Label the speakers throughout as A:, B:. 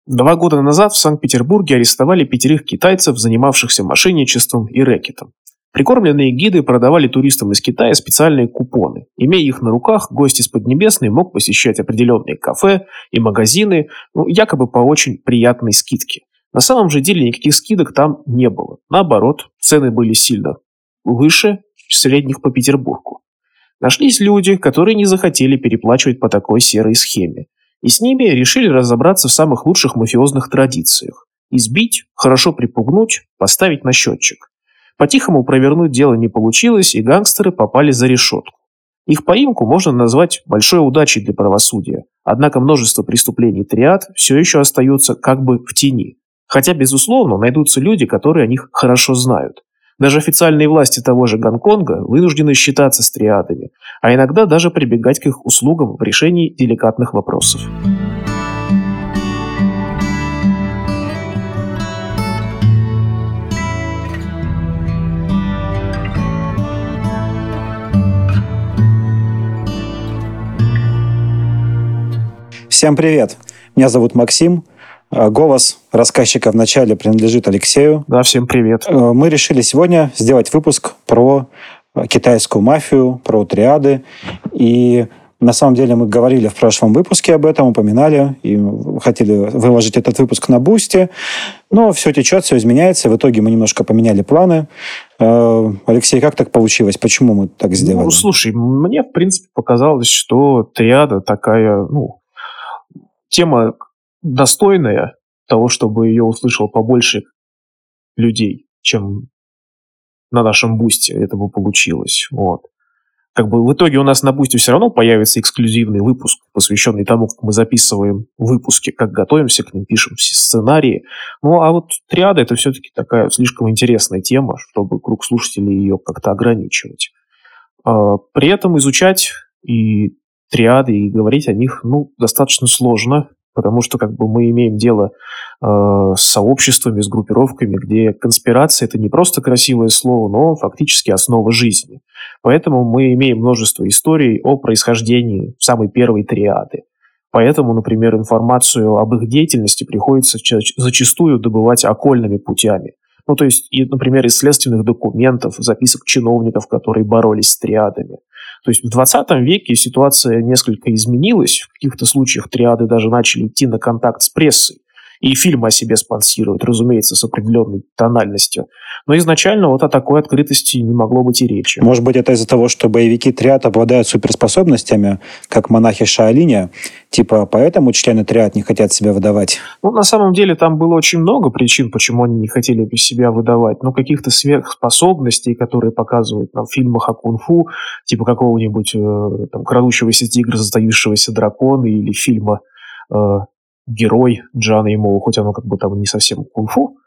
A: 2 года назад в Санкт-Петербурге арестовали 5 китайцев, занимавшихся мошенничеством и рэкетом. Прикормленные гиды продавали туристам из Китая специальные купоны. Имея их на руках, гость из Поднебесной мог посещать определенные кафе и магазины, якобы по очень приятной скидке. На самом же деле никаких скидок там не было. Наоборот, цены были сильно выше средних по Петербургу. Нашлись люди, которые не захотели переплачивать по такой серой схеме. И с ними решили разобраться в самых лучших мафиозных традициях. Избить, хорошо припугнуть, поставить на счетчик. По-тихому провернуть дело не получилось, и гангстеры попали за решетку. Их поимку можно назвать большой удачей для правосудия. Однако множество преступлений триад все еще остаются как бы в тени. Хотя, безусловно, найдутся люди, которые о них хорошо знают. Даже официальные власти того же Гонконга вынуждены считаться с триадами, а иногда даже прибегать к их услугам в решении деликатных вопросов.
B: Всем привет! Меня зовут Максим. Голос рассказчика в начале принадлежит Алексею.
A: Да, всем привет.
B: Мы решили сегодня сделать выпуск про китайскую мафию, про триады. И на самом деле мы говорили в прошлом выпуске об этом, упоминали и хотели выложить этот выпуск на Бусти. Но все течет, все изменяется. В итоге мы немножко поменяли планы. Алексей, как так получилось? Почему мы так сделали?
A: Слушай, мне, в принципе, показалось, что триада такая, тема достойная того, чтобы ее услышал побольше людей, чем на нашем бусте это бы получилось. Вот. В итоге у нас на бусте все равно появится эксклюзивный выпуск, посвященный тому, как мы записываем выпуски, как готовимся к ним, пишем все сценарии. А вот триада — это все-таки такая слишком интересная тема, чтобы круг слушателей ее как-то ограничивать. При этом изучать и триады, и говорить о них, достаточно сложно, потому что мы имеем дело с сообществами, с группировками, где конспирация — это не просто красивое слово, но фактически основа жизни. Поэтому мы имеем множество историй о происхождении самой первой триады. Поэтому, например, информацию об их деятельности приходится зачастую добывать окольными путями. Например, из следственных документов, записок чиновников, которые боролись с триадами. То есть в 20 веке ситуация несколько изменилась. В каких-то случаях триады даже начали идти на контакт с прессой. И фильмы о себе спонсируют, разумеется, с определенной тональностью. Но изначально о такой открытости не могло быть и речи.
B: Может быть, это из-за того, что боевики триад обладают суперспособностями, как монахи Шаолиня? Поэтому члены триад не хотят себя выдавать?
A: На самом деле там было очень много причин, почему они не хотели себя выдавать. Каких-то сверхспособностей, которые показывают нам в фильмах о кунг-фу, типа какого-нибудь крадущегося тигра, затаившегося дракона, или фильма «Герой» Джана Имоу, хоть оно не совсем кунг-фу.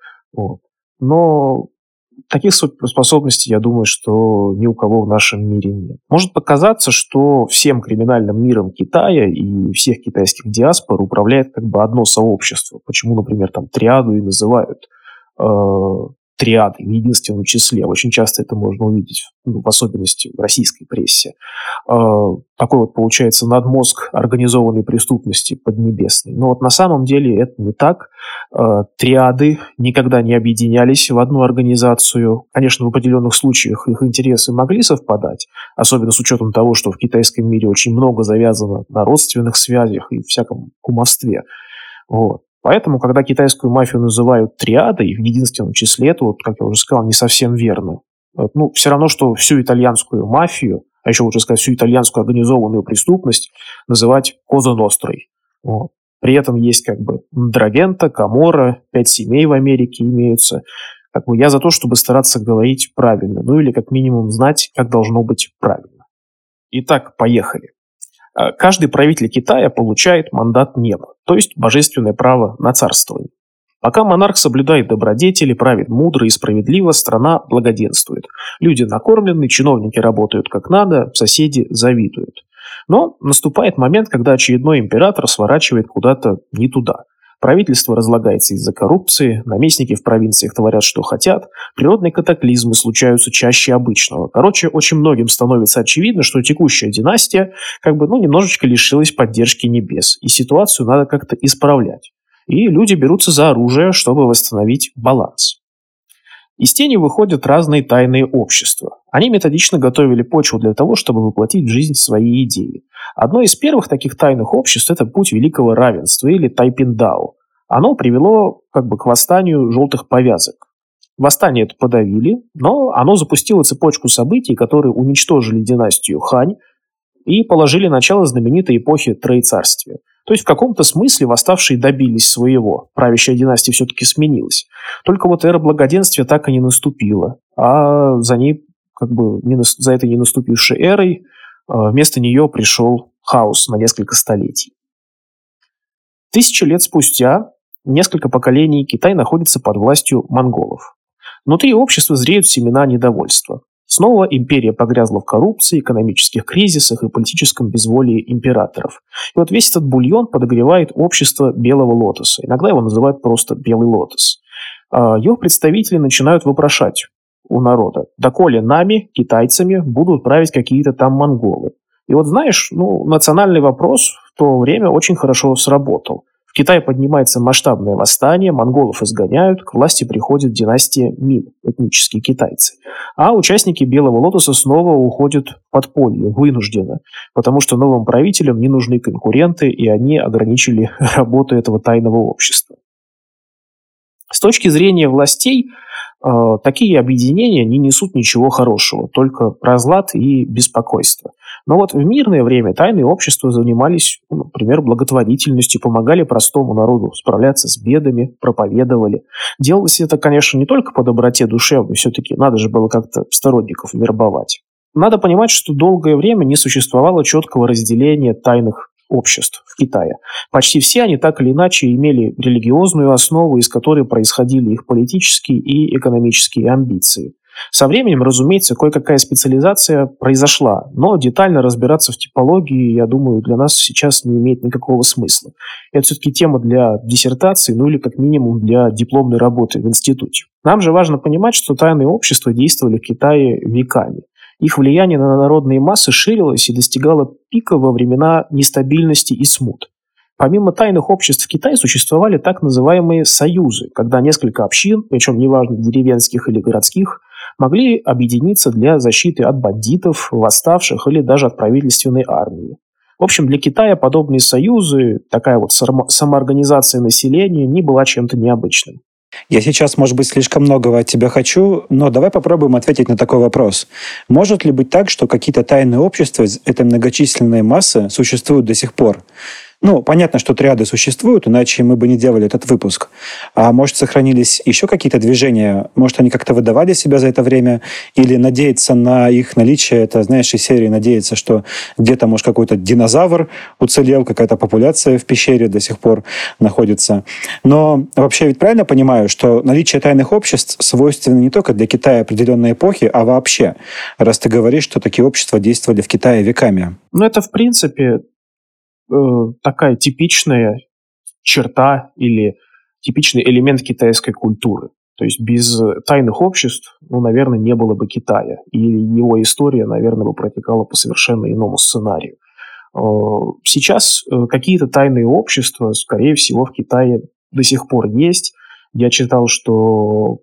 A: Но таких способностей, я думаю, что ни у кого в нашем мире нет. Может показаться, что всем криминальным миром Китая и всех китайских диаспор управляет одно сообщество. Почему, например, триаду и называют триады в единственном числе. Очень часто это можно увидеть, в особенности в российской прессе. Такой получается надмозг организованной преступности поднебесной. Но на самом деле это не так. Триады никогда не объединялись в одну организацию. Конечно, в определенных случаях их интересы могли совпадать, особенно с учетом того, что в китайском мире очень много завязано на родственных связях и всяком кумовстве. Поэтому, когда китайскую мафию называют триадой в единственном числе, это, как я уже сказал, не совсем верно. Все равно, что всю итальянскую мафию, а еще лучше сказать, всю итальянскую организованную преступность называть Коза Нострой. При этом есть Ндрагента, Каморра, 5 семей в Америке имеются. Я за то, чтобы стараться говорить правильно, или как минимум знать, как должно быть правильно. Итак, поехали. Каждый правитель Китая получает мандат неба, то есть божественное право на царствование. Пока монарх соблюдает добродетели, правит мудро и справедливо, страна благоденствует. Люди накормлены, чиновники работают как надо, соседи завидуют. Но наступает момент, когда очередной император сворачивает куда-то не туда. Правительство разлагается из-за коррупции, наместники в провинциях творят, что хотят, природные катаклизмы случаются чаще обычного. Очень многим становится очевидно, что текущая династия немножечко лишилась поддержки небес, и ситуацию надо как-то исправлять. и люди берутся за оружие, чтобы восстановить баланс. Из тени выходят разные тайные общества. Они методично готовили почву для того, чтобы воплотить в жизнь свои идеи. Одно из первых таких тайных обществ – это путь великого равенства или Тайпиндао. Оно привело к восстанию желтых повязок. Восстание это подавили, но оно запустило цепочку событий, которые уничтожили династию Хань и положили начало знаменитой эпохи Троецарствия. То есть в каком-то смысле восставшие добились своего. Правящая династия все-таки сменилась. Только вот эра благоденствия так и не наступила. А за ней, за этой не наступившей эрой, вместо нее пришел хаос на несколько столетий. Тысячи лет спустя, несколько поколений, Китай находится под властью монголов. Внутри общества зреют семена недовольства. Снова империя погрязла в коррупции, экономических кризисах и политическом безволии императоров. И вот весь этот бульон подогревает общество Белого Лотоса. Иногда его называют просто Белый Лотос. Его представители начинают вопрошать у народа: доколе нами, китайцами, будут править какие-то там монголы? И вот знаешь, национальный вопрос в то время очень хорошо сработал. В Китае поднимается масштабное восстание, монголов изгоняют, к власти приходит династия Мин, этнические китайцы. А участники Белого Лотоса снова уходят в подполье, вынужденно, потому что новым правителям не нужны конкуренты, и они ограничили работу этого тайного общества. С точки зрения властей, такие объединения не несут ничего хорошего, только разлад и беспокойство. Но вот в мирное время тайные общества занимались, например, благотворительностью, помогали простому народу справляться с бедами, проповедовали. Делалось это, конечно, не только по доброте душевной, все-таки надо же было как-то сторонников вербовать. Надо понимать, что долгое время не существовало четкого разделения тайных обществ в Китае. Почти все они так или иначе имели религиозную основу, из которой происходили их политические и экономические амбиции. Со временем, разумеется, кое-какая специализация произошла, но детально разбираться в типологии, я думаю, для нас сейчас не имеет никакого смысла. Это все-таки тема для диссертации, или как минимум для дипломной работы в институте. Нам же важно понимать, что тайные общества действовали в Китае веками. Их влияние на народные массы ширилось и достигало пика во времена нестабильности и смут. Помимо тайных обществ в Китае существовали так называемые союзы, когда несколько общин, причем неважно деревенских или городских, могли объединиться для защиты от бандитов, восставших или даже от правительственной армии. В общем, для Китая подобные союзы, такая вот самоорганизация населения не была чем-то необычным.
B: Я сейчас, может быть, слишком многого от тебя хочу, но давай попробуем ответить на такой вопрос. Может ли быть так, что какие-то тайные общества из этой многочисленной массы существуют до сих пор? Понятно, что триады существуют, иначе мы бы не делали этот выпуск. А может, сохранились еще какие-то движения? Может, они как-то выдавали себя за это время? Или надеяться на их наличие, это, знаешь, из серии надеяться, что где-то, может, какой-то динозавр уцелел, какая-то популяция в пещере до сих пор находится. Но вообще ведь правильно понимаю, что наличие тайных обществ свойственно не только для Китая определенной эпохи, а вообще, раз ты говоришь, что такие общества действовали в Китае веками?
A: Это, в принципе, такая типичная черта или типичный элемент китайской культуры. То есть без тайных обществ, наверное, не было бы Китая. И его история, наверное, бы протекала по совершенно иному сценарию. Сейчас какие-то тайные общества, скорее всего, в Китае до сих пор есть. Я читал, что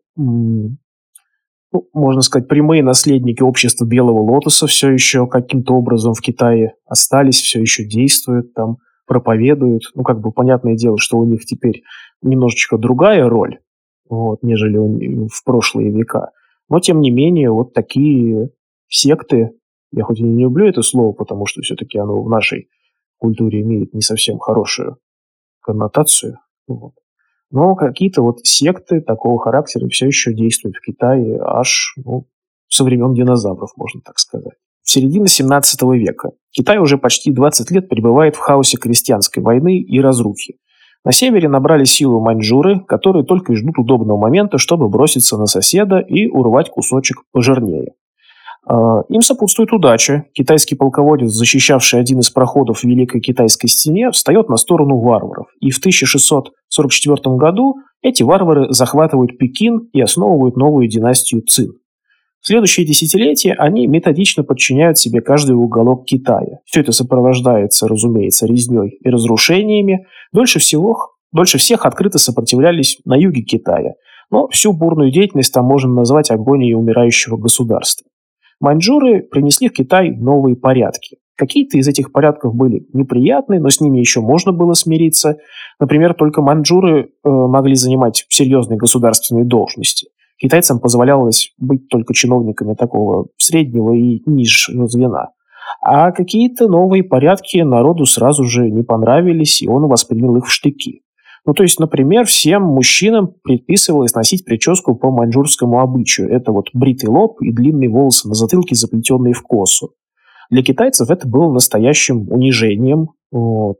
A: можно сказать, прямые наследники общества Белого Лотоса все еще каким-то образом в Китае остались, все еще действуют, там проповедуют. Понятное дело, что у них теперь немножечко другая роль, нежели в прошлые века. Но, тем не менее, вот такие секты, я хоть и не люблю это слово, потому что все-таки оно в нашей культуре имеет не совсем хорошую коннотацию, но какие-то секты такого характера все еще действуют в Китае аж со времен динозавров, можно так сказать. В середине 17 века Китай уже почти 20 лет пребывает в хаосе крестьянской войны и разрухи. На севере набрали силу маньчжуры, которые только и ждут удобного момента, чтобы броситься на соседа и урвать кусочек пожирнее. Им сопутствует удача. Китайский полководец, защищавший один из проходов в Великой Китайской стене, встает на сторону варваров. И в 1644 году эти варвары захватывают Пекин и основывают новую династию Цин. В следующие десятилетия они методично подчиняют себе каждый уголок Китая. Все это сопровождается, разумеется, резней и разрушениями. Дольше всего Дольше всех открыто сопротивлялись на юге Китая, но всю бурную деятельность там можно назвать агонией умирающего государства. Маньчжуры принесли в Китай новые порядки. Какие-то из этих порядков были неприятны, но с ними еще можно было смириться. Например, только маньчжуры могли занимать серьезные государственные должности. Китайцам позволялось быть только чиновниками такого среднего и низшего звена. А какие-то новые порядки народу сразу же не понравились, и он воспринял их в штыки. Ну, то есть, например, всем мужчинам предписывалось носить прическу по маньчжурскому обычаю. Это вот бритый лоб и длинные волосы на затылке, заплетенные в косу. Для китайцев это было настоящим унижением. Вот.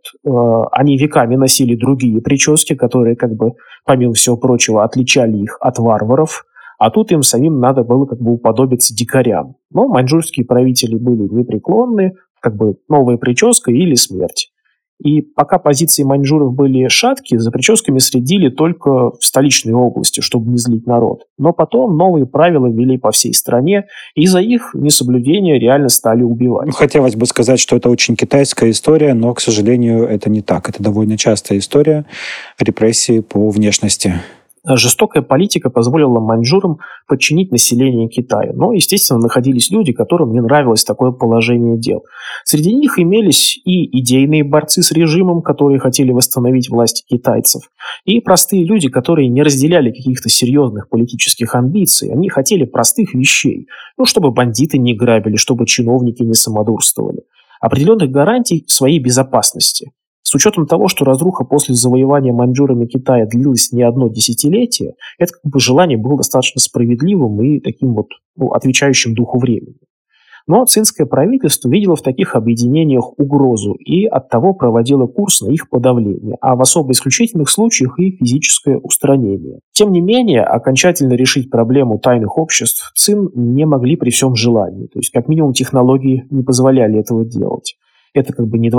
A: Они веками носили другие прически, которые, как бы, помимо всего прочего, отличали их от варваров. А тут им самим надо было как бы уподобиться дикарям. Но маньчжурские правители были непреклонны, как бы новая прическа или смерть. И пока позиции маньчжуров были шаткие, за прическами следили только в столичной области, чтобы не злить народ. Но потом новые правила ввели по всей стране, и за их несоблюдение реально стали убивать.
B: Хотелось бы сказать, что это очень китайская история, но, к сожалению, это не так. Это довольно частая история репрессий по внешности.
A: Жестокая политика позволила маньчжурам подчинить население Китая. Но, естественно, находились люди, которым не нравилось такое положение дел. Среди них имелись и идейные борцы с режимом, которые хотели восстановить власть китайцев, и простые люди, которые не разделяли каких-то серьезных политических амбиций. Они хотели простых вещей. Ну, чтобы бандиты не грабили, чтобы чиновники не самодурствовали. Определенных гарантий своей безопасности. С учетом того, что разруха после завоевания маньчжурами Китая длилась не одно десятилетие, это как бы желание было достаточно справедливым и таким вот, отвечающим духу времени. Но цинское правительство видело в таких объединениях угрозу и оттого проводило курс на их подавление, а в особо исключительных случаях и физическое устранение. Тем не менее, окончательно решить проблему тайных обществ цин не могли при всем желании, то есть как минимум технологии не позволяли этого делать. Это как бы не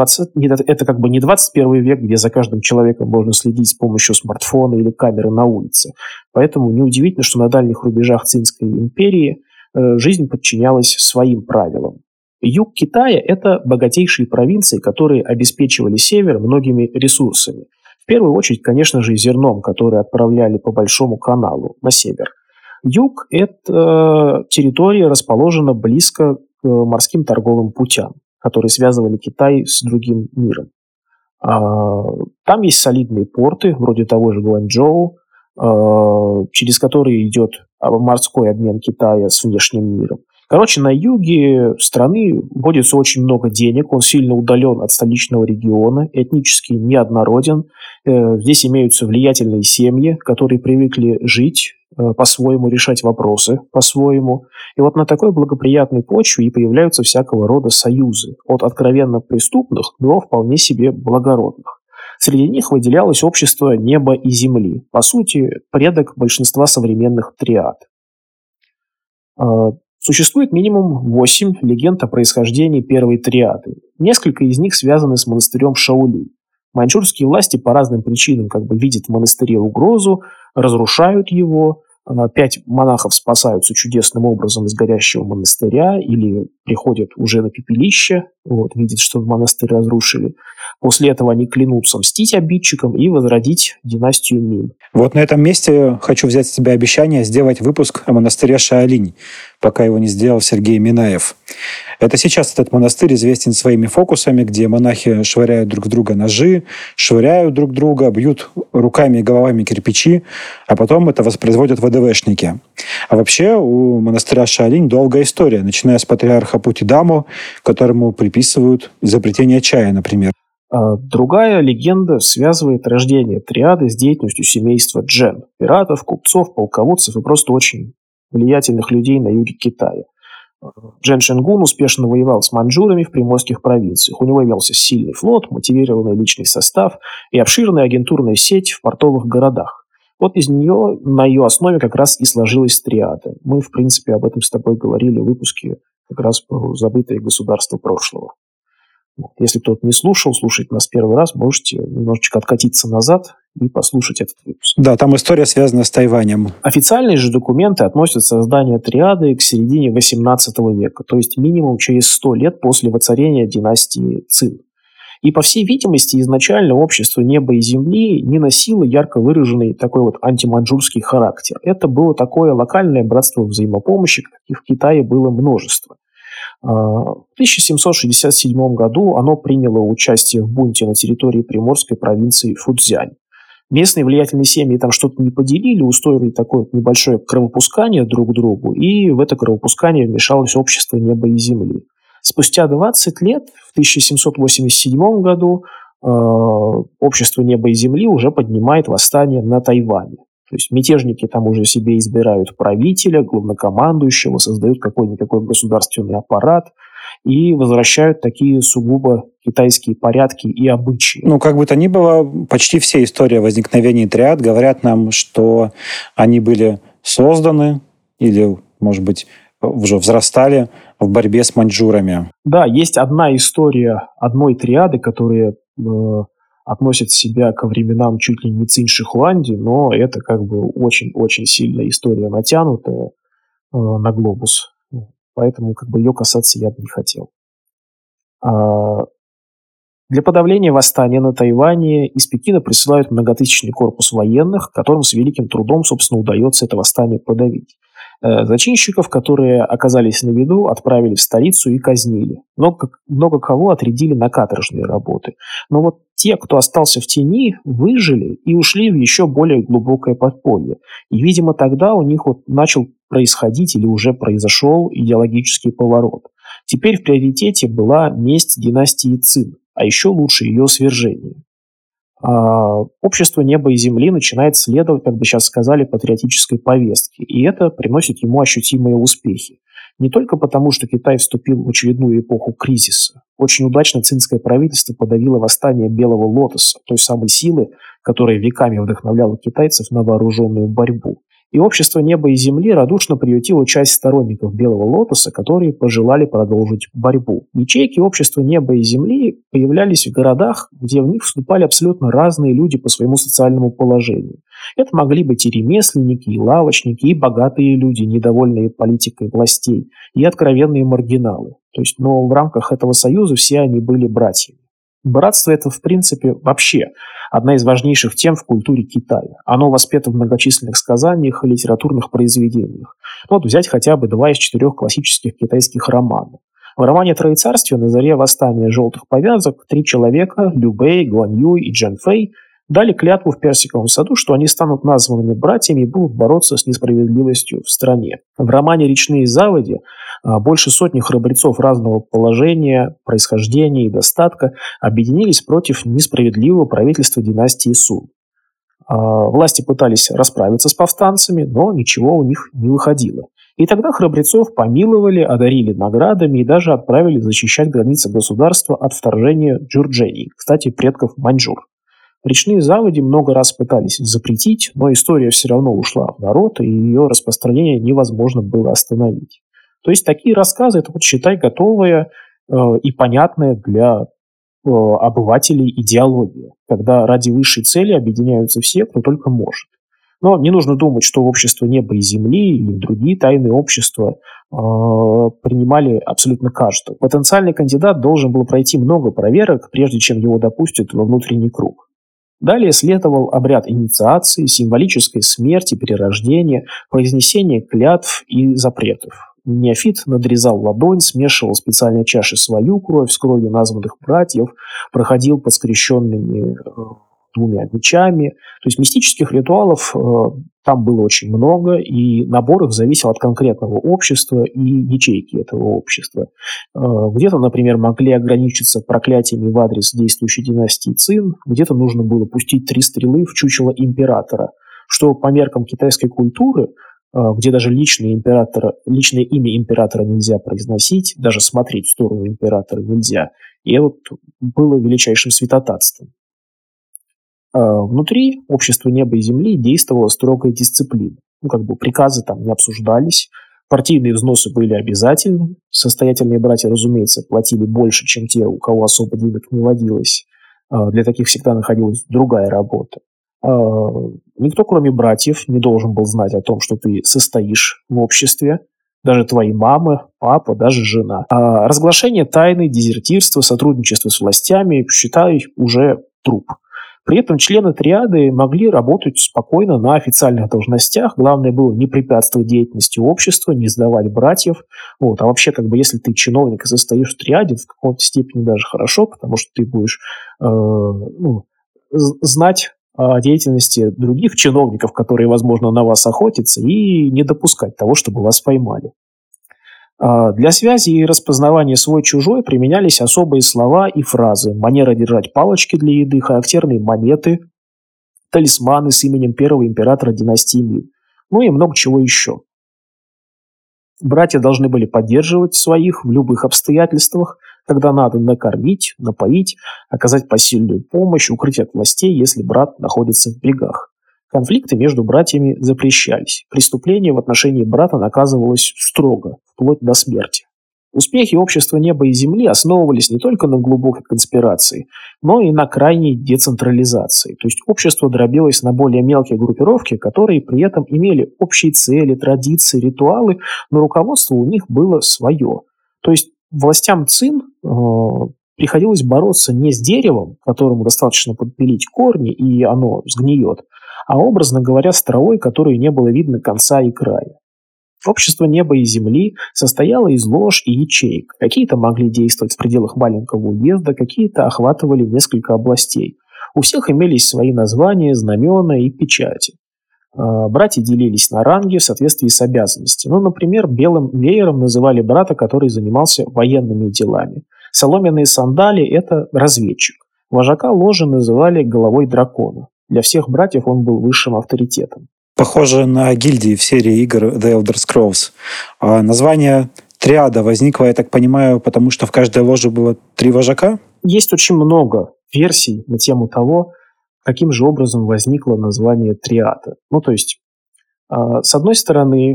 A: 21 век, где за каждым человеком можно следить с помощью смартфона или камеры на улице. Поэтому неудивительно, что на дальних рубежах Цинской империи жизнь подчинялась своим правилам. Юг Китая – это богатейшие провинции, которые обеспечивали север многими ресурсами. В первую очередь, конечно же, зерном, которое отправляли по Большому каналу на север. Юг – это территория, расположена близко к морским торговым путям, которые связывали Китай с другим миром. Там есть солидные порты, вроде того же Гуанчжоу, через которые идет морской обмен Китая с внешним миром. Короче, на юге страны вводится очень много денег, он сильно удален от столичного региона, этнически неоднороден. Здесь имеются влиятельные семьи, которые привыкли жить по-своему, решать вопросы по-своему. И вот на такой благоприятной почве и появляются всякого рода союзы, от откровенно преступных до вполне себе благородных. Среди них выделялось общество неба и земли, по сути, предок большинства современных триад. Существует минимум 8 легенд о происхождении первой триады. Несколько из них связаны с монастырем Шаолинь. Маньчжурские власти по разным причинам видят в монастыре угрозу, разрушают его. 5 монахов спасаются чудесным образом из горящего монастыря или приходят уже на пепелище, видят, что монастырь разрушили. После этого они клянутся мстить обидчикам и возродить династию Мин.
B: Вот на этом месте хочу взять с тебя обещание сделать выпуск о монастыре Шаолинь, пока его не сделал Сергей Минаев. Это сейчас этот монастырь известен своими фокусами, где монахи швыряют друг в друга ножи, швыряют друг друга, бьют руками и головами кирпичи, а потом это воспроизводят ВДВшники. А вообще у монастыря Шаолинь долгая история, начиная с патриарха Путидамо, которому приписывают изобретение чая, например.
A: Другая легенда связывает рождение триады с деятельностью семейства Джен – пиратов, купцов, полководцев и просто очень влиятельных людей на юге Китая. Джен Шенгун успешно воевал с маньчжурами в приморских провинциях. У него имелся сильный флот, мотивированный личный состав и обширная агентурная сеть в портовых городах. Вот из нее, на ее основе как раз и сложилась триада. Мы, в принципе, об этом с тобой говорили в выпуске как раз про забытые государства прошлого. Если кто-то не слушал, слушать нас первый раз, можете немножечко откатиться назад и послушать этот выпуск.
B: Да, там история связана с Тайванем.
A: Официальные же документы относят создание триады к середине XVIII века, то есть минимум через 100 лет после воцарения династии Цин. И, по всей видимости, изначально общество неба и земли не носило ярко выраженный такой вот антиманьчжурский характер. Это было такое локальное братство взаимопомощи, каких в Китае было множество. В 1767 году оно приняло участие в бунте на территории приморской провинции Фуцзянь. Местные влиятельные семьи там что-то не поделили, устроили такое вот небольшое кровопускание друг к другу, и в это кровопускание вмешалось общество неба и земли. Спустя 20 лет, в 1787 году, общество неба и земли уже поднимает восстание на Тайване. То есть мятежники там уже себе избирают правителя, главнокомандующего, создают какой-никакой государственный аппарат и возвращают такие сугубо китайские порядки и обычаи.
B: Ну, как бы то ни было, почти все истории возникновения триад говорят нам, что они были созданы или, может быть, уже взрастали в борьбе с маньчжурами.
A: Да, есть одна история одной триады, которая относит себя ко временам чуть ли не Цинь-Шихуанди, но это как бы очень-очень сильная история, натянутая на глобус. Поэтому как бы ее касаться я бы не хотел. Для подавления восстания на Тайване из Пекина присылают многотысячный корпус военных, которым с великим трудом, собственно, удается это восстание подавить. Зачинщиков, которые оказались на виду, отправили в столицу и казнили. Много кого отрядили на каторжные работы. Но вот те, кто остался в тени, выжили и ушли в еще более глубокое подполье. И, видимо, тогда у них вот начал происходить или уже произошел идеологический поворот. Теперь в приоритете была месть династии Цин, а еще лучше ее свержение. Общество неба и земли начинает следовать, как бы сейчас сказали, патриотической повестке, и это приносит ему ощутимые успехи. Не только потому, что Китай вступил в очередную эпоху кризиса. Очень удачно цинское правительство подавило восстание Белого Лотоса, той самой силы, которая веками вдохновляла китайцев на вооруженную борьбу. И общество неба и земли радушно приютило часть сторонников Белого Лотоса, которые пожелали продолжить борьбу. Ячейки общества неба и земли появлялись в городах, где в них вступали абсолютно разные люди по своему социальному положению. Это могли быть и ремесленники, и лавочники, и богатые люди, недовольные политикой властей, и откровенные маргиналы. Но в рамках этого союза все они были братьями. Братство – это, в принципе, вообще одна из важнейших тем в культуре Китая. Оно воспето в многочисленных сказаниях и литературных произведениях. Вот взять хотя бы 2 из 4 классических китайских романов. В романе «Троецарствие» на заре восстания желтых повязок 3 человека – Лю Бэй, Гуань Юй и Джан Фэй – дали клятву в Персиковом саду, что они станут названными братьями и будут бороться с несправедливостью в стране. В романе «Речные заводи» больше сотни храбрецов разного положения, происхождения и достатка объединились против несправедливого правительства династии Сун. Власти пытались расправиться с повстанцами, но ничего у них не выходило. И тогда храбрецов помиловали, одарили наградами и даже отправили защищать границы государства от вторжения джурдженей, кстати, предков маньчжур. Речные заводи много раз пытались запретить, но история все равно ушла в народ, и ее распространение невозможно было остановить. То есть такие рассказы, это вот считай готовая и понятная для обывателей идеология, когда ради высшей цели объединяются все, кто только может. Но не нужно думать, что общество неба и земли или другие тайные общества принимали абсолютно каждого. Потенциальный кандидат должен был пройти много проверок, прежде чем его допустят во внутренний круг. Далее следовал обряд инициации, символической смерти, перерождения, произнесения клятв и запретов. Неофит надрезал ладонь, смешивал в специальной чаше свою кровь с кровью названных братьев, проходил под скрещенными 2 мечами. То есть мистических ритуалов там было очень много, и набор их зависел от конкретного общества и ячейки этого общества. Где-то, например, могли ограничиться проклятиями в адрес действующей династии Цин, где-то нужно было пустить 3 стрелы в чучело императора, что по меркам китайской культуры, где даже личное имя императора нельзя произносить, даже смотреть в сторону императора нельзя, и это было величайшим святотатством. Внутри общества неба и земли действовала строгая дисциплина. Приказы там не обсуждались, партийные взносы были обязательны, состоятельные братья, разумеется, платили больше, чем те, у кого особо денег не водилось. Для таких всегда находилась другая работа. Никто, кроме братьев, не должен был знать о том, что ты состоишь в обществе. Даже твои мама, папа, даже жена. А разглашение тайны, дезертирство, сотрудничество с властями, считай, уже труп. При этом члены триады могли работать спокойно на официальных должностях. Главное было не препятствовать деятельности общества, не сдавать братьев. Вот. А вообще, если ты чиновник и состоишь в триаде, в какой-то степени даже хорошо, потому что ты будешь знать о деятельности других чиновников, которые, возможно, на вас охотятся, и не допускать того, чтобы вас поймали. Для связи и распознавания свой-чужой применялись особые слова и фразы, манера держать палочки для еды, характерные монеты, талисманы с именем первого императора династии Мин, ну и много чего еще. Братья должны были поддерживать своих в любых обстоятельствах, когда надо накормить, напоить, оказать посильную помощь, укрыть от властей, если брат находится в бегах. Конфликты между братьями запрещались. Преступление в отношении брата наказывалось строго, вплоть до смерти. Успехи общества неба и земли основывались не только на глубокой конспирации, но и на крайней децентрализации. То есть общество дробилось на более мелкие группировки, которые при этом имели общие цели, традиции, ритуалы, но руководство у них было свое. То есть властям ЦИН приходилось бороться не с деревом, которому достаточно подпилить корни, и оно сгниет, а, образно говоря, с травой, которой не было видно конца и края. Общество неба и земли состояло из лож и ячеек. Какие-то могли действовать в пределах маленького уезда, какие-то охватывали несколько областей. У всех имелись свои названия, знамена и печати. Братья делились на ранги в соответствии с обязанностями. Например, белым веером называли брата, который занимался военными делами. Соломенные сандали – это разведчик. Вожака ложи называли головой дракона. Для всех братьев он был высшим авторитетом.
B: Похоже на гильдии в серии игр The Elder Scrolls. Название триада возникло, я так понимаю, потому что в каждой ложе было 3 вожака?
A: Есть очень много версий на тему того, каким же образом возникло название триада. С одной стороны,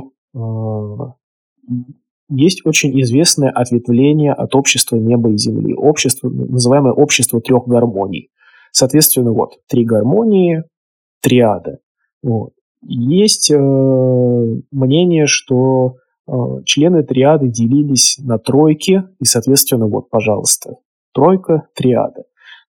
A: есть очень известное ответвление от общества неба и земли. Называемое общество 3 гармоний. Соответственно, 3 гармонии, триада. Есть мнение, что члены триады делились на тройки, и, соответственно, пожалуйста, тройка, триада.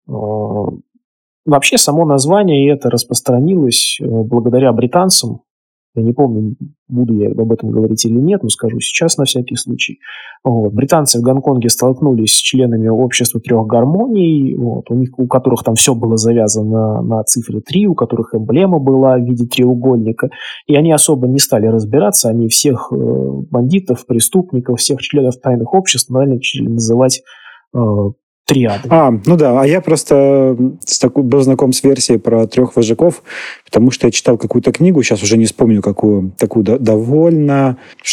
A: Вообще, само название это распространилось благодаря британцам. Я не помню, буду я об этом говорить или нет, но скажу сейчас на всякий случай. Британцы в Гонконге столкнулись с членами общества 3 гармоний, у которых там все было завязано на цифре 3, у которых эмблема была в виде треугольника, и они особо не стали разбираться, они всех бандитов, преступников, всех членов тайных обществ начали называть триады.
B: А я просто был знаком с версией про 3 вожаков, потому что я читал какую-то книгу, сейчас уже не вспомню какую, такую довольно,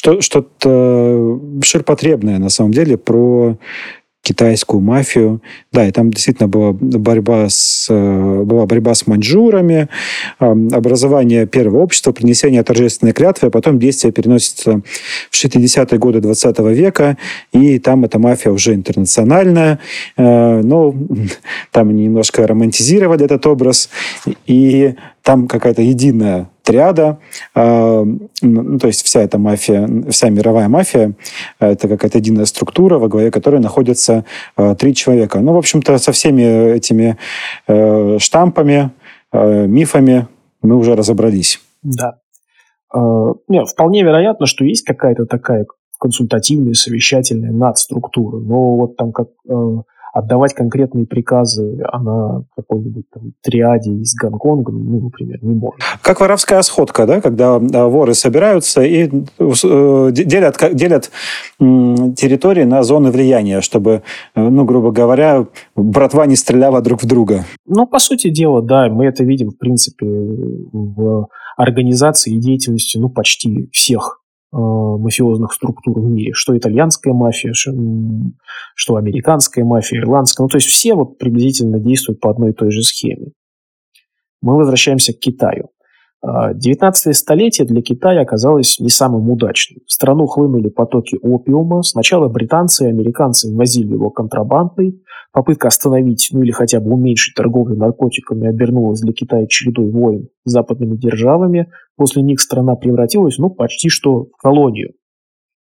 B: что-то ширпотребное на самом деле про китайскую мафию. Да, и там действительно была борьба с маньчжурами, образование первого общества, принесение торжественной клятвы, а потом действие переносится в 60-е годы 20 века, и там эта мафия уже интернациональная. Но там они немножко романтизировали этот образ, и там какая-то единая триада, то есть вся эта мафия, вся мировая мафия, это какая-то единая структура, во главе которой находятся 3 человека. В общем-то, со всеми этими штампами, мифами мы уже разобрались.
A: Да. Вполне вероятно, что есть какая-то такая консультативная, совещательная надструктура, но отдавать конкретные приказы на какой-нибудь триаде из Гонконга, например, не может.
B: Как воровская сходка, да, когда воры собираются и делят территории на зоны влияния, чтобы, грубо говоря, братва не стреляла друг в друга.
A: По сути дела, да, мы это видим, в принципе, в организации и деятельности, почти всех мафиозных структур в мире. Что итальянская мафия, что американская мафия, ирландская. То есть все приблизительно действуют по одной и той же схеме. Мы возвращаемся к Китаю. 19 столетие для Китая оказалось не самым удачным. В страну хлынули потоки опиума. Сначала британцы и американцы ввозили его контрабандой. Попытка остановить, или хотя бы уменьшить торговлю наркотиками обернулась для Китая чередой войн с западными державами. После них страна превратилась, почти что в колонию.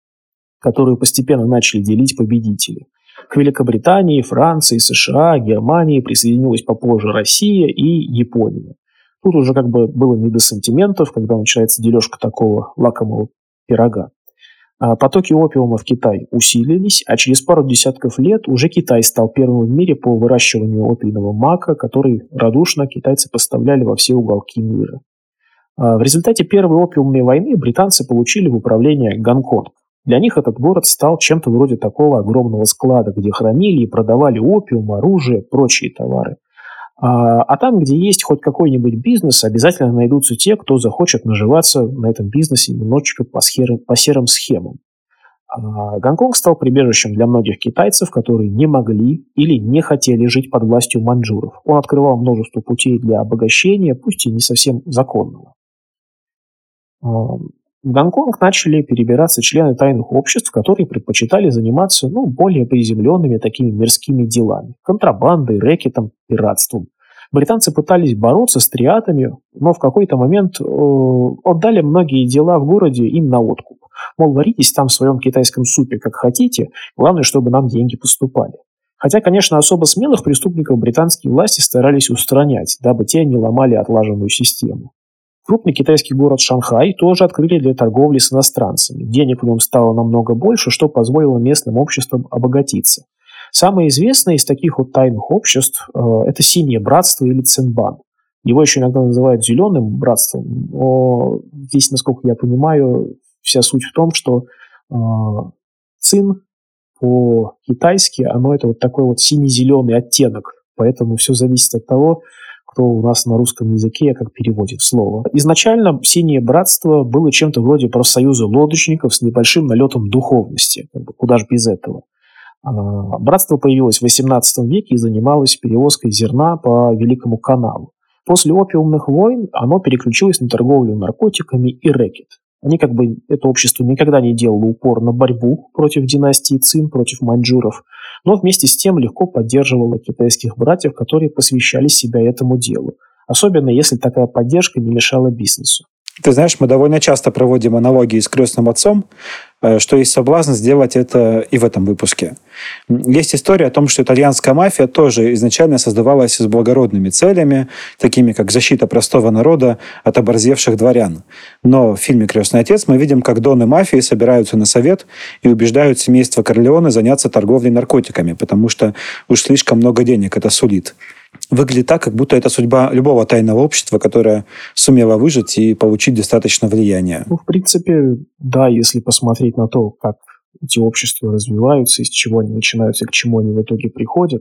A: которую постепенно начали делить победители. К Великобритании, Франции, США, Германии присоединилась попозже Россия и Япония. Тут уже как бы было не до сантиментов, когда начинается дележка такого лакомого пирога. Потоки опиума в Китай усилились, а через пару десятков лет уже Китай стал первым в мире по выращиванию опийного мака, который радушно китайцы поставляли во все уголки мира. В результате Первой опиумной войны британцы получили в управление Гонконг. Для них этот город стал чем-то вроде такого огромного склада, где хранили и продавали опиум, оружие, прочие товары. А там, где есть хоть какой-нибудь бизнес, обязательно найдутся те, кто захочет наживаться на этом бизнесе немножечко по серым схемам. Гонконг стал прибежищем для многих китайцев, которые не могли или не хотели жить под властью маньчжуров. Он открывал множество путей для обогащения, пусть и не совсем законного. В Гонконг начали перебираться члены тайных обществ, которые предпочитали заниматься более приземленными такими мирскими делами – контрабандой, рэкетом, пиратством. Британцы пытались бороться с триадами, но в какой-то момент отдали многие дела в городе им на откуп. Мол, варитесь там в своем китайском супе как хотите, главное, чтобы нам деньги поступали. Хотя, конечно, особо смелых преступников британские власти старались устранять, дабы те не ломали отлаженную систему. Крупный китайский город Шанхай тоже открыли для торговли с иностранцами. Денег в нем стало намного больше, что позволило местным обществам обогатиться. Самое известное из таких вот тайных обществ – это Синее братство или Цинбан. Его еще иногда называют Зеленым братством, но здесь, насколько я понимаю, вся суть в том, что цин по-китайски, оно это вот такой вот сине-зеленый оттенок, поэтому все зависит от того, кто у нас на русском языке как переводит слово. Изначально Синее братство было чем-то вроде профсоюза лодочников с небольшим налетом духовности. Куда же без этого? Братство появилось в XVIII веке и занималось перевозкой зерна по Великому каналу. После опиумных войн оно переключилось на торговлю наркотиками и рэкет. Это общество никогда не делало упор на борьбу против династии Цин, против маньчжуров, но вместе с тем легко поддерживало китайских братьев, которые посвящали себя этому делу, особенно если такая поддержка не мешала бизнесу.
B: Ты знаешь, мы довольно часто проводим аналогии с «Крестным отцом», что есть соблазн сделать это и в этом выпуске. Есть история о том, что итальянская мафия тоже изначально создавалась с благородными целями, такими как защита простого народа от оборзевших дворян. Но в фильме «Крестный отец» мы видим, как доны мафии собираются на совет и убеждают семейство Корлеоне заняться торговлей наркотиками, потому что уж слишком много денег это сулит. Выглядит так, как будто это судьба любого тайного общества, которое сумело выжить и получить достаточно влияния.
A: В принципе, да, если посмотреть на то, как эти общества развиваются, из чего они начинаются и к чему они в итоге приходят,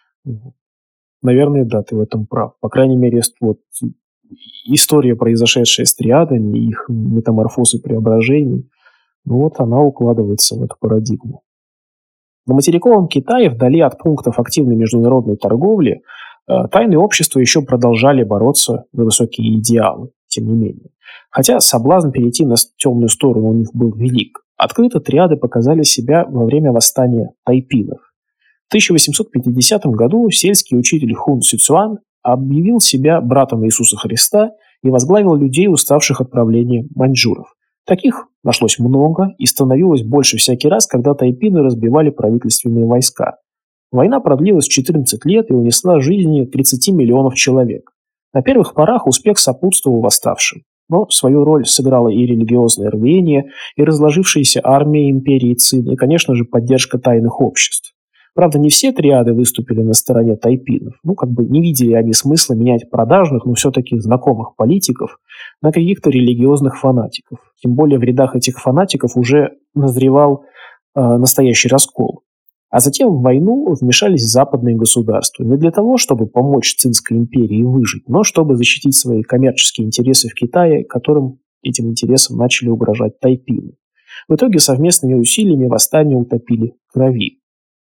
A: наверное, да, ты в этом прав. По крайней мере, вот история, произошедшая с триадами, их метаморфоз и преображений, она укладывается в эту парадигму. На материковом Китае, вдали от пунктов активной международной торговли, тайные общества еще продолжали бороться за высокие идеалы, тем не менее. Хотя соблазн перейти на темную сторону у них был велик. Открыто триады показали себя во время восстания тайпинов. В 1850 году сельский учитель Хун Сюцюан объявил себя братом Иисуса Христа и возглавил людей, уставших от правления маньчжуров. Таких нашлось много и становилось больше всякий раз, когда тайпины разбивали правительственные войска. Война продлилась 14 лет и унесла жизни 30 миллионов человек. На первых порах успех сопутствовал восставшим, но свою роль сыграло и религиозное рвение, и разложившаяся армия империи Цин, и, конечно же, поддержка тайных обществ. Правда, не все триады выступили на стороне тайпинов. Не видели они смысла менять продажных, но все-таки знакомых политиков на каких-то религиозных фанатиков. Тем более в рядах этих фанатиков уже назревал настоящий раскол. А затем в войну вмешались западные государства не для того, чтобы помочь Цинской империи выжить, но чтобы защитить свои коммерческие интересы в Китае, которым этим интересам начали угрожать тайпины. В итоге совместными усилиями восстание утопили в крови.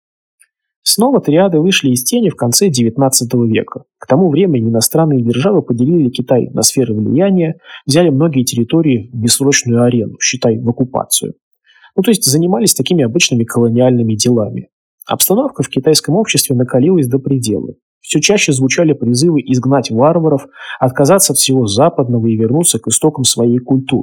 A: Снова триады вышли из тени в конце XIX века. К тому времени иностранные державы поделили Китай на сферы влияния, взяли многие территории в бессрочную арену, считай, в оккупацию. То есть занимались такими обычными колониальными делами. Обстановка в китайском обществе накалилась до предела. Все чаще звучали призывы изгнать варваров, отказаться от всего западного и вернуться к истокам своей культуры.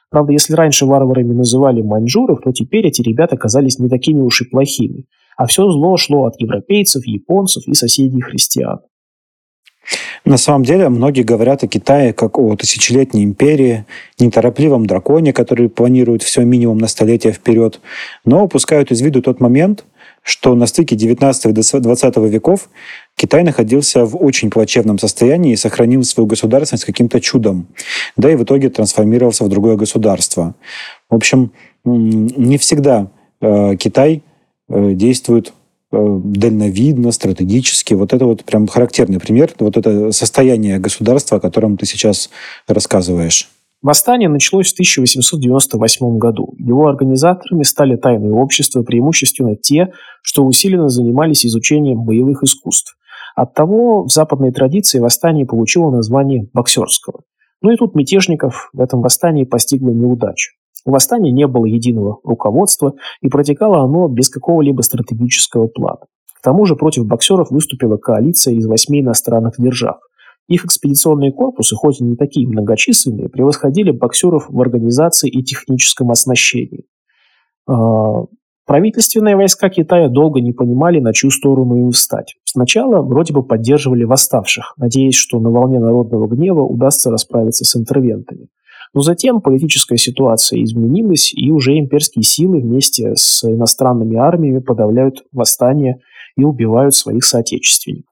A: Правда, если раньше варварами называли маньчжуров, то теперь эти ребята казались не такими уж и плохими. А все зло шло от европейцев, японцев и соседей христиан.
B: На самом деле, многие говорят о Китае как о тысячелетней империи, неторопливом драконе, который планирует все минимум на столетия вперед, но упускают из виду тот момент, что на стыке 19 и 20 веков Китай находился в очень плачевном состоянии и сохранил свою государственность каким-то чудом, да и в итоге трансформировался в другое государство. В общем, не всегда Китай действует дальновидно, стратегически. Вот это вот прям характерный пример, вот это состояние государства, о котором ты сейчас рассказываешь.
A: Восстание началось в 1898 году. Его организаторами стали тайные общества, преимущественно те, что усиленно занимались изучением боевых искусств. Оттого в западной традиции восстание получило название боксерского. Ну и тут мятежников в этом восстании постигла неудача. У восстания не было единого руководства, и протекало оно без какого-либо стратегического плана. К тому же против боксеров выступила коалиция из 8 иностранных держав. Их экспедиционные корпусы, хоть и не такие многочисленные, превосходили боксеров в организации и техническом оснащении. Правительственные войска Китая долго не понимали, на чью сторону им встать. Сначала вроде бы поддерживали восставших, надеясь, что на волне народного гнева удастся расправиться с интервентами. Но затем политическая ситуация изменилась, и уже имперские силы вместе с иностранными армиями подавляют восстание и убивают своих соотечественников.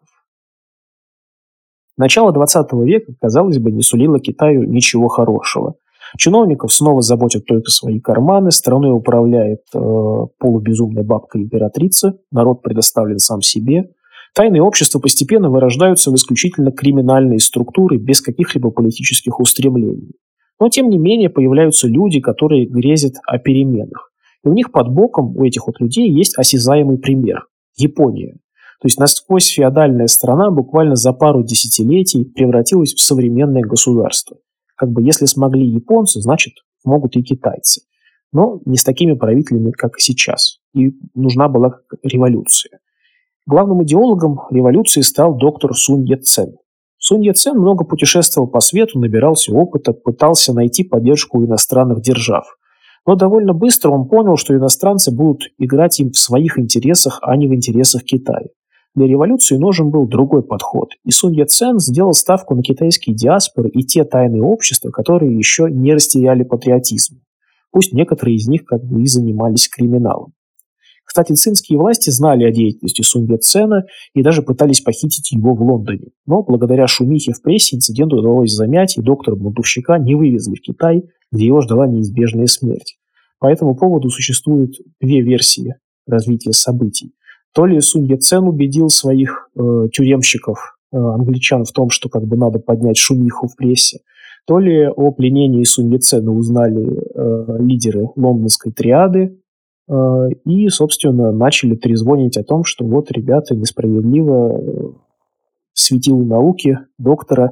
A: Начало XX века, казалось бы, не сулило Китаю ничего хорошего. Чиновников снова заботят только свои карманы, страной управляет полубезумная бабка-императрица, народ предоставлен сам себе. Тайные общества постепенно вырождаются в исключительно криминальные структуры без каких-либо политических устремлений. Но, тем не менее, появляются люди, которые грезят о переменах. И у них под боком, у этих вот людей, есть осязаемый пример – Япония. То есть насквозь феодальная страна буквально за пару десятилетий превратилась в современное государство. Как бы если смогли японцы, значит, могут и китайцы. Но не с такими правителями, как сейчас. И нужна была революция. Главным идеологом революции стал доктор Сунь Яцен. Сунь Яцен много путешествовал по свету, набирался опыта, пытался найти поддержку у иностранных держав. Но довольно быстро он понял, что иностранцы будут играть им в своих интересах, а не в интересах Китая. Для революции нужен был другой подход, и Сунь Яцен сделал ставку на китайские диаспоры и те тайные общества, которые еще не растеряли патриотизм. Пусть некоторые из них как бы и занимались криминалом. Кстати, цинские власти знали о деятельности Сунь Яцена и даже пытались похитить его в Лондоне. Но благодаря шумихе в прессе инцидент удалось замять, и доктора-бунтовщика не вывезли в Китай, где его ждала неизбежная смерть. По этому поводу существуют две версии развития событий. То ли Сунь Яцен убедил своих тюремщиков, англичан, в том, что как бы надо поднять шумиху в прессе, то ли о пленении Сунь Яцена узнали лидеры лондонской триады и, собственно, начали трезвонить о том, что вот, ребята, несправедливо светило науки доктора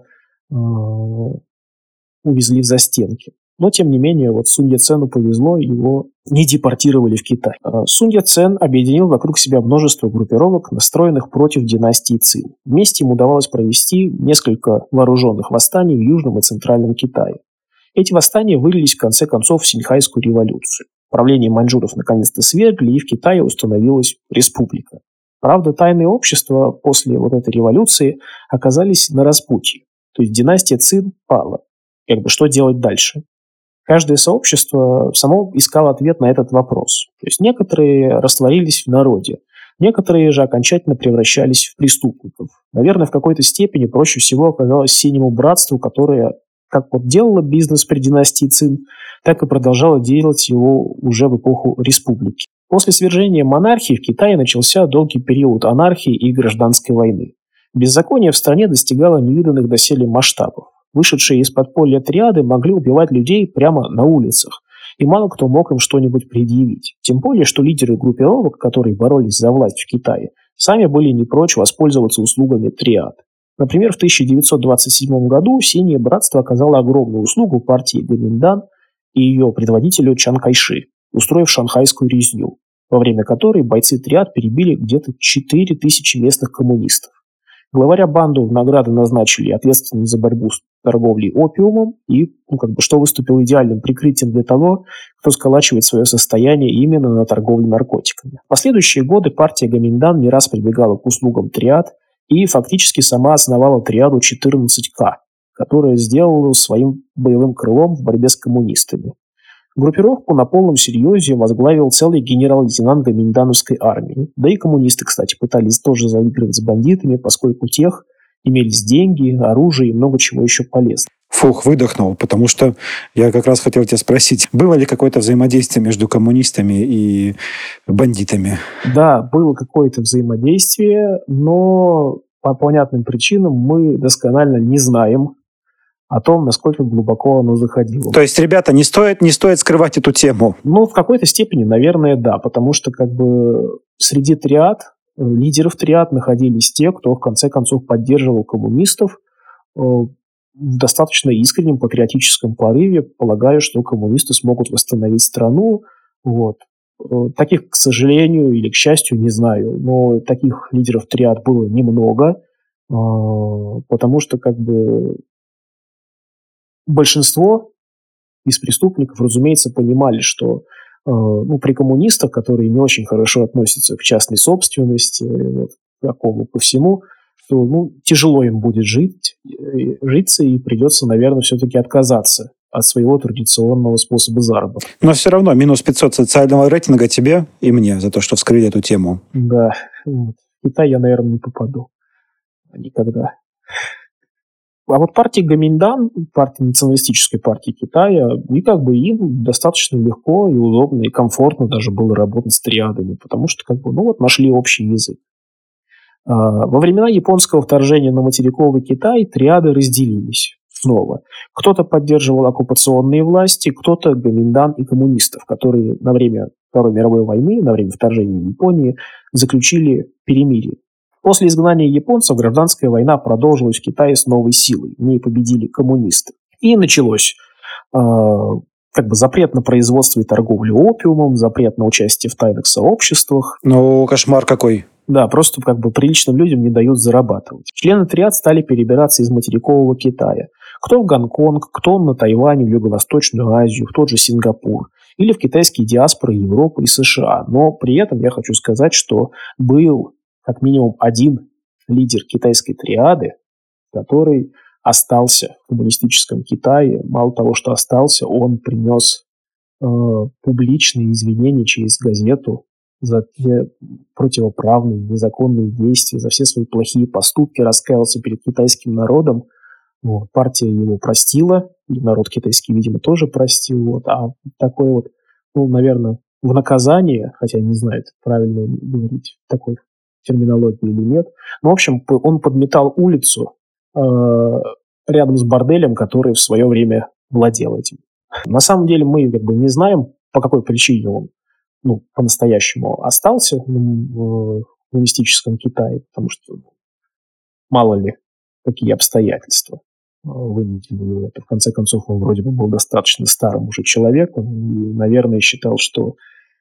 A: увезли в застенки. Но, тем не менее, вот Сунь Яцену повезло, его не депортировали в Китай. Сунь Яцен объединил вокруг себя множество группировок, настроенных против династии Цин. Вместе им удавалось провести несколько вооруженных восстаний в Южном и Центральном Китае. Эти восстания вылились в конце концов в Синьхайскую революцию. Правление маньчжуров наконец-то свергли, и в Китае установилась республика. Правда, тайные общества после вот этой революции оказались на распутье. То есть династия Цин пала. Как бы что делать дальше? Каждое сообщество само искало ответ на этот вопрос. То есть некоторые растворились в народе, некоторые же окончательно превращались в преступников. Наверное, в какой-то степени проще всего оказалось Синему братству, которое как вот делало бизнес при династии Цин, так и продолжало делать его уже в эпоху республики. После свержения монархии в Китае начался долгий период анархии и гражданской войны. Беззаконие в стране достигало невиданных доселе масштабов. Вышедшие из подполья триады могли убивать людей прямо на улицах, и мало кто мог им что-нибудь предъявить. Тем более, что лидеры группировок, которые боролись за власть в Китае, сами были не прочь воспользоваться услугами триад. Например, в 1927 году Синее братство оказало огромную услугу партии Гоминдан и ее предводителю Чан Кайши, устроив шанхайскую резню, во время которой бойцы триад перебили где-то 4000 местных коммунистов. Главаря банды в награды назначили ответственным за борьбу торговлей опиумом и, что выступило идеальным прикрытием для того, кто сколачивает свое состояние именно на торговле наркотиками. В последующие годы партия Гоминьдан не раз прибегала к услугам триад и фактически сама основала триаду 14К, которая сделала своим боевым крылом в борьбе с коммунистами. Группировку на полном серьезе возглавил целый генерал-лейтенант гоминьдановской армии. Да и коммунисты, кстати, пытались тоже заигрывать с бандитами, поскольку у тех имелись деньги, оружие и много чего еще полезного.
B: Фух, выдохнул, потому что я как раз хотел тебя спросить, было ли какое-то взаимодействие между коммунистами и бандитами?
A: Да, было какое-то взаимодействие, но по понятным причинам мы досконально не знаем о том, насколько глубоко оно заходило.
B: То есть, ребята, не стоит скрывать эту тему?
A: Ну, в какой-то степени, наверное, да, потому что среди триад, лидеров триад находились те, кто в конце концов поддерживал коммунистов в достаточно искреннем патриотическом порыве, полагая, что коммунисты смогут восстановить страну. Вот. Таких, к сожалению или к счастью, не знаю, но таких лидеров триад было немного, потому что большинство из преступников, разумеется, понимали, что при коммунистах, которые не очень хорошо относятся к частной собственности, к такому ко всему, что тяжело им будет житься, и придется, наверное, все-таки отказаться от своего традиционного способа заработка.
B: Но все равно минус 500 социального рейтинга тебе и мне за то, что вскрыли эту тему.
A: Да. В Китай я, наверное, не попаду. Никогда. А вот партия Гоминьдан, партия националистической партии Китая, им достаточно легко и удобно, и комфортно даже было работать с триадами, потому что нашли общий язык. Во времена японского вторжения на материковый Китай триады разделились снова. Кто-то поддерживал оккупационные власти, кто-то Гоминьдан и коммунистов, которые на время Второй мировой войны, на время вторжения Японии, заключили перемирие. После изгнания японцев гражданская война продолжилась в Китае с новой силой. В ней победили коммунисты. И началось запрет на производство и торговлю опиумом, запрет на участие в тайных сообществах.
B: Ну, кошмар какой.
A: Да, просто приличным людям не дают зарабатывать. Члены триад стали перебираться из материкового Китая. Кто в Гонконг, кто на Тайвань, в Юго-Восточную Азию, в тот же Сингапур. Или в китайские диаспоры Европы и США. Но при этом я хочу сказать, что был как минимум один лидер китайской триады, который остался в коммунистическом Китае. Мало того, что остался, он принес публичные извинения через газету за те противоправные, незаконные действия, за все свои плохие поступки, раскаялся перед китайским народом. Партия его простила, и народ китайский, видимо, тоже простил. А такое наверное, в наказание, хотя не знаю, правильно говорить такой терминологии или нет. Но, в общем, он подметал улицу рядом с борделем, который в свое время владел этим. На самом деле мы не знаем, по какой причине он по-настоящему остался в коммунистическом Китае, потому что мало ли какие обстоятельства вынудили его. В конце концов, он вроде бы был достаточно старым уже человеком и, наверное, считал, что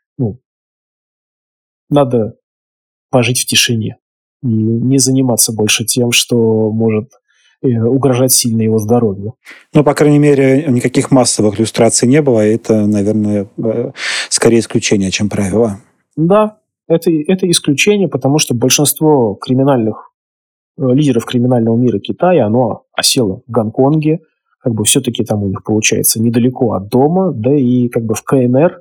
A: надо пожить в тишине и не заниматься больше тем, что может угрожать сильно его здоровью.
B: Ну, по крайней мере, никаких массовых люстраций не было, и это, наверное, скорее исключение, чем правило.
A: Да, это исключение, потому что большинство лидеров криминального мира Китая, оно осело в Гонконге, все-таки там у них получается недалеко от дома, да и в КНР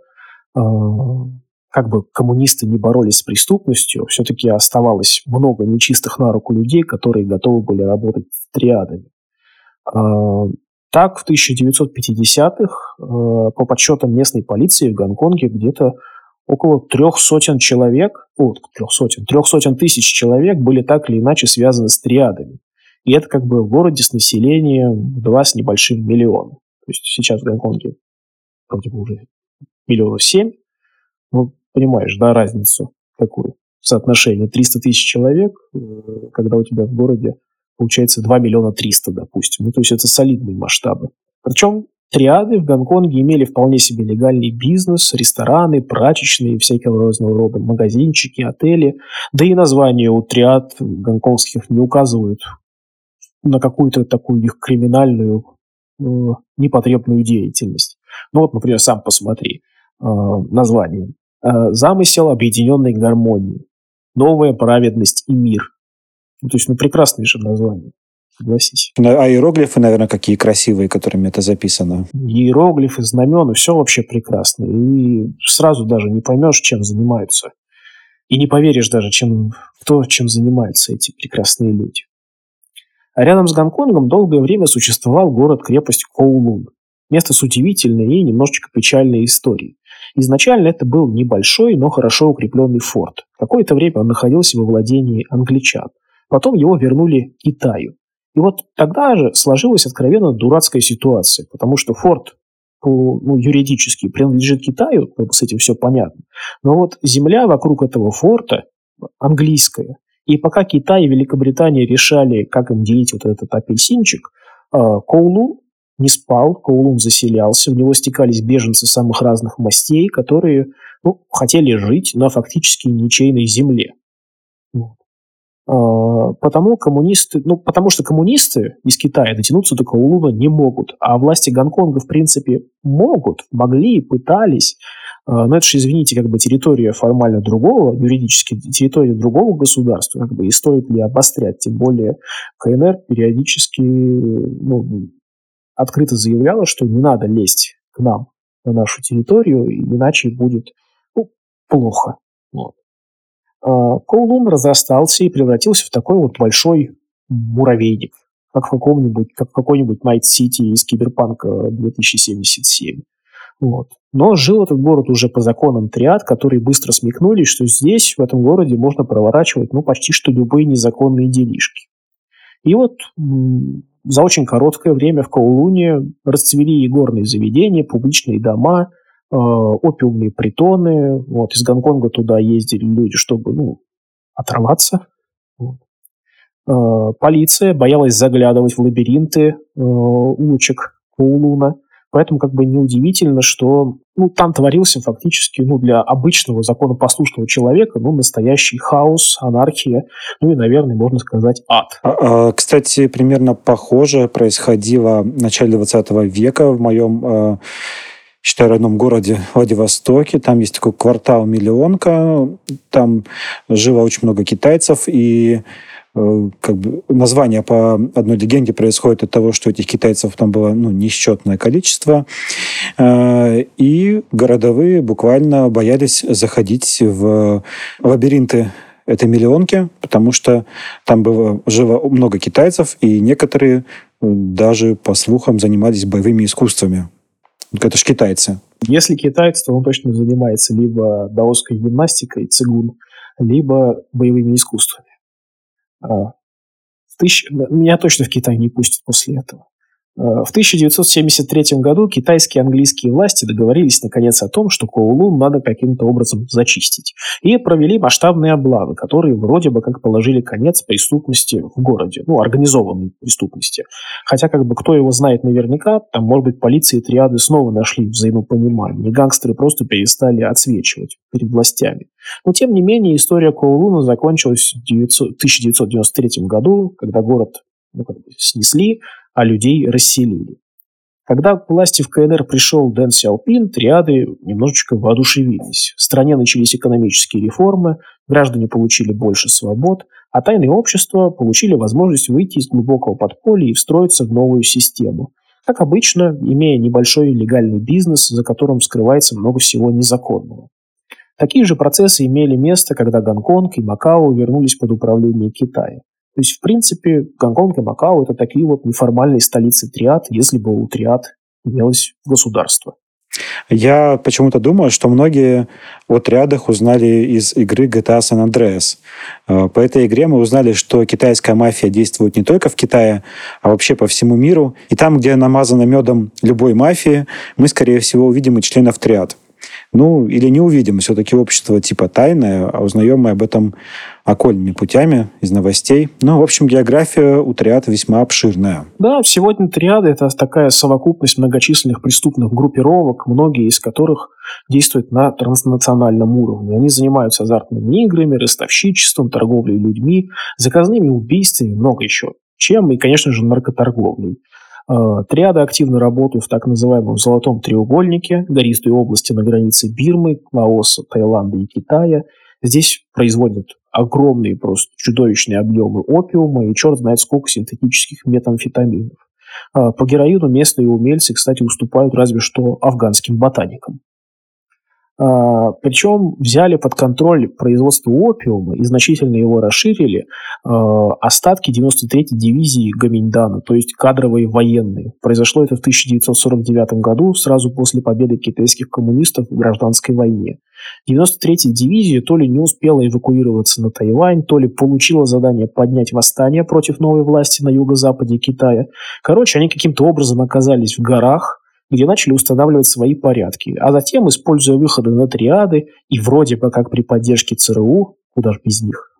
A: коммунисты не боролись с преступностью, все-таки оставалось много нечистых на руку людей, которые готовы были работать с триадами. Так, в 1950-х, по подсчетам местной полиции в Гонконге, где-то около 300 тысяч человек были так или иначе связаны с триадами. И это в городе с населением 2 с небольшим миллиона. То есть сейчас в Гонконге вроде бы уже 7 миллионов. Понимаешь, да, разницу какую? Соотношение 300 тысяч человек, когда у тебя в городе получается 2 миллиона 300, допустим. То есть это солидные масштабы. Причем триады в Гонконге имели вполне себе легальный бизнес, рестораны, прачечные, всякого разного рода магазинчики, отели. Да и названия у триад гонконгских не указывают на какую-то такую их криминальную, э, непотребную деятельность. Ну вот, например, сам посмотри, название. «Замысел объединенной гармонии. Новая праведность и мир». Ну, то есть, ну, прекрасное же название, согласись.
B: А иероглифы, наверное, какие красивые, которыми это записано.
A: Иероглифы, знамена, все вообще прекрасно. И сразу даже не поймешь, чем занимаются. И не поверишь даже, чем занимаются эти прекрасные люди. А рядом с Гонконгом долгое время существовал город-крепость Коулун. Место с удивительной и немножечко печальной историей. Изначально это был небольшой, но хорошо укрепленный форт. Какое-то время он находился во владении англичан. Потом его вернули Китаю. И вот тогда же сложилась откровенно дурацкая ситуация, потому что форт юридически принадлежит Китаю, как бы с этим все понятно. Но вот земля вокруг этого форта английская. И пока Китай и Великобритания решали, как им делить вот этот апельсинчик, Коулун не спал, Коулун заселялся, в него стекались беженцы самых разных мастей, которые хотели жить на фактически ничейной земле. Вот. Потому что коммунисты из Китая дотянуться до Коулуна не могут, а власти Гонконга, в принципе, могли, пытались. Но это же, извините, как бы территория формально другого, юридически территория другого государства, как бы, и стоит ли обострять, тем более КНР периодически открыто заявляла, что не надо лезть к нам на нашу территорию, иначе будет плохо. Вот. Коулун разрастался и превратился в такой вот большой муравейник, как в какой-нибудь Найт-Сити из Киберпанка 2077. Вот. Но жил этот город уже по законам триад, которые быстро смекнули, что здесь, в этом городе, можно проворачивать почти что любые незаконные делишки. И вот за очень короткое время в Коулуне расцвели и горные заведения, публичные дома, опиумные притоны. Вот. Из Гонконга туда ездили люди, чтобы оторваться. Вот. Полиция боялась заглядывать в лабиринты улочек Коулуна. Поэтому как бы неудивительно, что там творился фактически для обычного законопослушного человека настоящий хаос, анархия, и, наверное, можно сказать, ад.
B: Кстати, примерно похоже происходило в начале 20 века в моем, считай, родном городе Владивостоке. Там есть такой квартал Миллионка, там жило очень много китайцев, и как бы название по одной легенде происходит от того, что этих китайцев там было несчетное количество, и городовые буквально боялись заходить в лабиринты этой Миллионки, потому что там жило много китайцев, и некоторые даже, по слухам, занимались боевыми искусствами. Это ж китайцы.
A: Если китайцы, то он точно занимается либо даосской гимнастикой, цигун, либо боевыми искусствами. Меня точно в Китай не пустят после этого. В 1973 году китайские и английские власти договорились наконец о том, что Коулун надо каким-то образом зачистить. И провели масштабные облавы, которые вроде бы как положили конец преступности в городе, организованной преступности. Хотя как бы кто его знает наверняка, там, может быть, полиция и триады снова нашли взаимопонимание, и гангстеры просто перестали отсвечивать перед властями. Но тем не менее история Коулуна закончилась в 1993 году, когда город снесли, а людей расселили. Когда к власти в КНР пришел Дэн Сяопин, триады немножечко воодушевились. В стране начались экономические реформы, граждане получили больше свобод, а тайные общества получили возможность выйти из глубокого подполья и встроиться в новую систему. Как обычно, имея небольшой легальный бизнес, за которым скрывается много всего незаконного. Такие же процессы имели место, когда Гонконг и Макао вернулись под управление Китая. То есть, в принципе, Гонконг и Макао – это такие вот неформальные столицы триад, если бы у триад имелось государство.
B: Я почему-то думаю, что многие о триадах узнали из игры GTA San Andreas. По этой игре мы узнали, что китайская мафия действует не только в Китае, а вообще по всему миру. И там, где намазано медом любой мафии, мы, скорее всего, увидим и членов триад. Или не увидим. Все-таки общество типа тайное, а узнаем мы об этом окольными путями из новостей. В общем, география у триад весьма обширная.
A: Да, сегодня триады – это такая совокупность многочисленных преступных группировок, многие из которых действуют на транснациональном уровне. Они занимаются азартными играми, ростовщичеством, торговлей людьми, заказными убийствами и много еще чем, и, конечно же, наркоторговлей. Триады активно работают в так называемом «золотом треугольнике», гористой области на границе Бирмы, Лаоса, Таиланда и Китая. Здесь производят огромные, просто чудовищные объемы опиума и черт знает сколько синтетических метамфетаминов. По героину местные умельцы, кстати, уступают разве что афганским ботаникам. Причем взяли под контроль производство опиума и значительно его расширили остатки 93-й дивизии Гоминьдана, то есть кадровые военные. Произошло это в 1949 году, сразу после победы китайских коммунистов в гражданской войне. 93-я дивизия то ли не успела эвакуироваться на Тайвань, то ли получила задание поднять восстание против новой власти на юго-западе Китая. Короче, они каким-то образом оказались в горах, где начали устанавливать свои порядки, а затем, используя выходы на триады и вроде бы как при поддержке ЦРУ, куда же без них,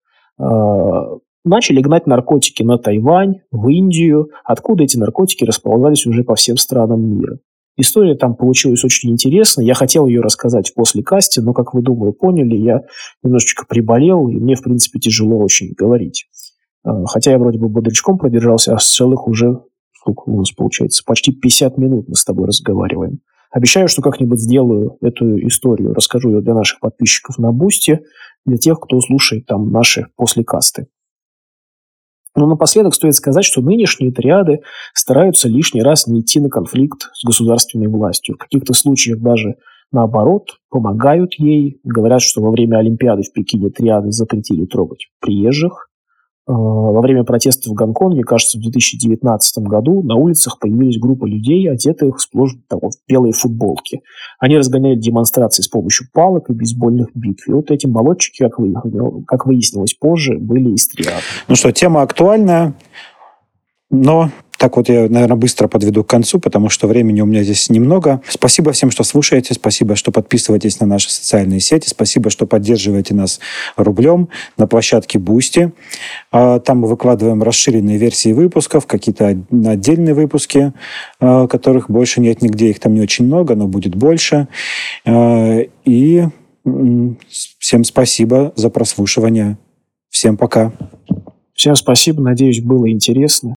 A: начали гнать наркотики на Тайвань, в Индию, откуда эти наркотики расползались уже по всем странам мира. История там получилась очень интересная, я хотел ее рассказать после касте, но, как вы, думаю, поняли, я немножечко приболел, и мне, в принципе, тяжело очень говорить. Хотя я вроде бы бодрячком продержался, а с целых уже сколько у нас получается? Почти 50 минут мы с тобой разговариваем. Обещаю, что как-нибудь сделаю эту историю, расскажу ее для наших подписчиков на Бусти, для тех, кто слушает там наши послекасты. Но напоследок стоит сказать, что нынешние триады стараются лишний раз не идти на конфликт с государственной властью. В каких-то случаях даже наоборот, помогают ей. Говорят, что во время Олимпиады в Пекине триады запретили трогать приезжих. Во время протестов в Гонконге, кажется, в 2019 году на улицах появились группы людей, одетых сплошь в белые футболки. Они разгоняли демонстрации с помощью палок и бейсбольных битв. И вот эти молодчики, как выяснилось позже, были из триад.
B: Ну что, тема актуальная, но так вот я, наверное, быстро подведу к концу, потому что времени у меня здесь немного. Спасибо всем, что слушаете, спасибо, что подписываетесь на наши социальные сети, спасибо, что поддерживаете нас рублем на площадке Boosty. Там мы выкладываем расширенные версии выпусков, какие-то отдельные выпуски, которых больше нет нигде, их там не очень много, но будет больше. И всем спасибо за прослушивание. Всем пока.
A: Всем спасибо, надеюсь, было интересно.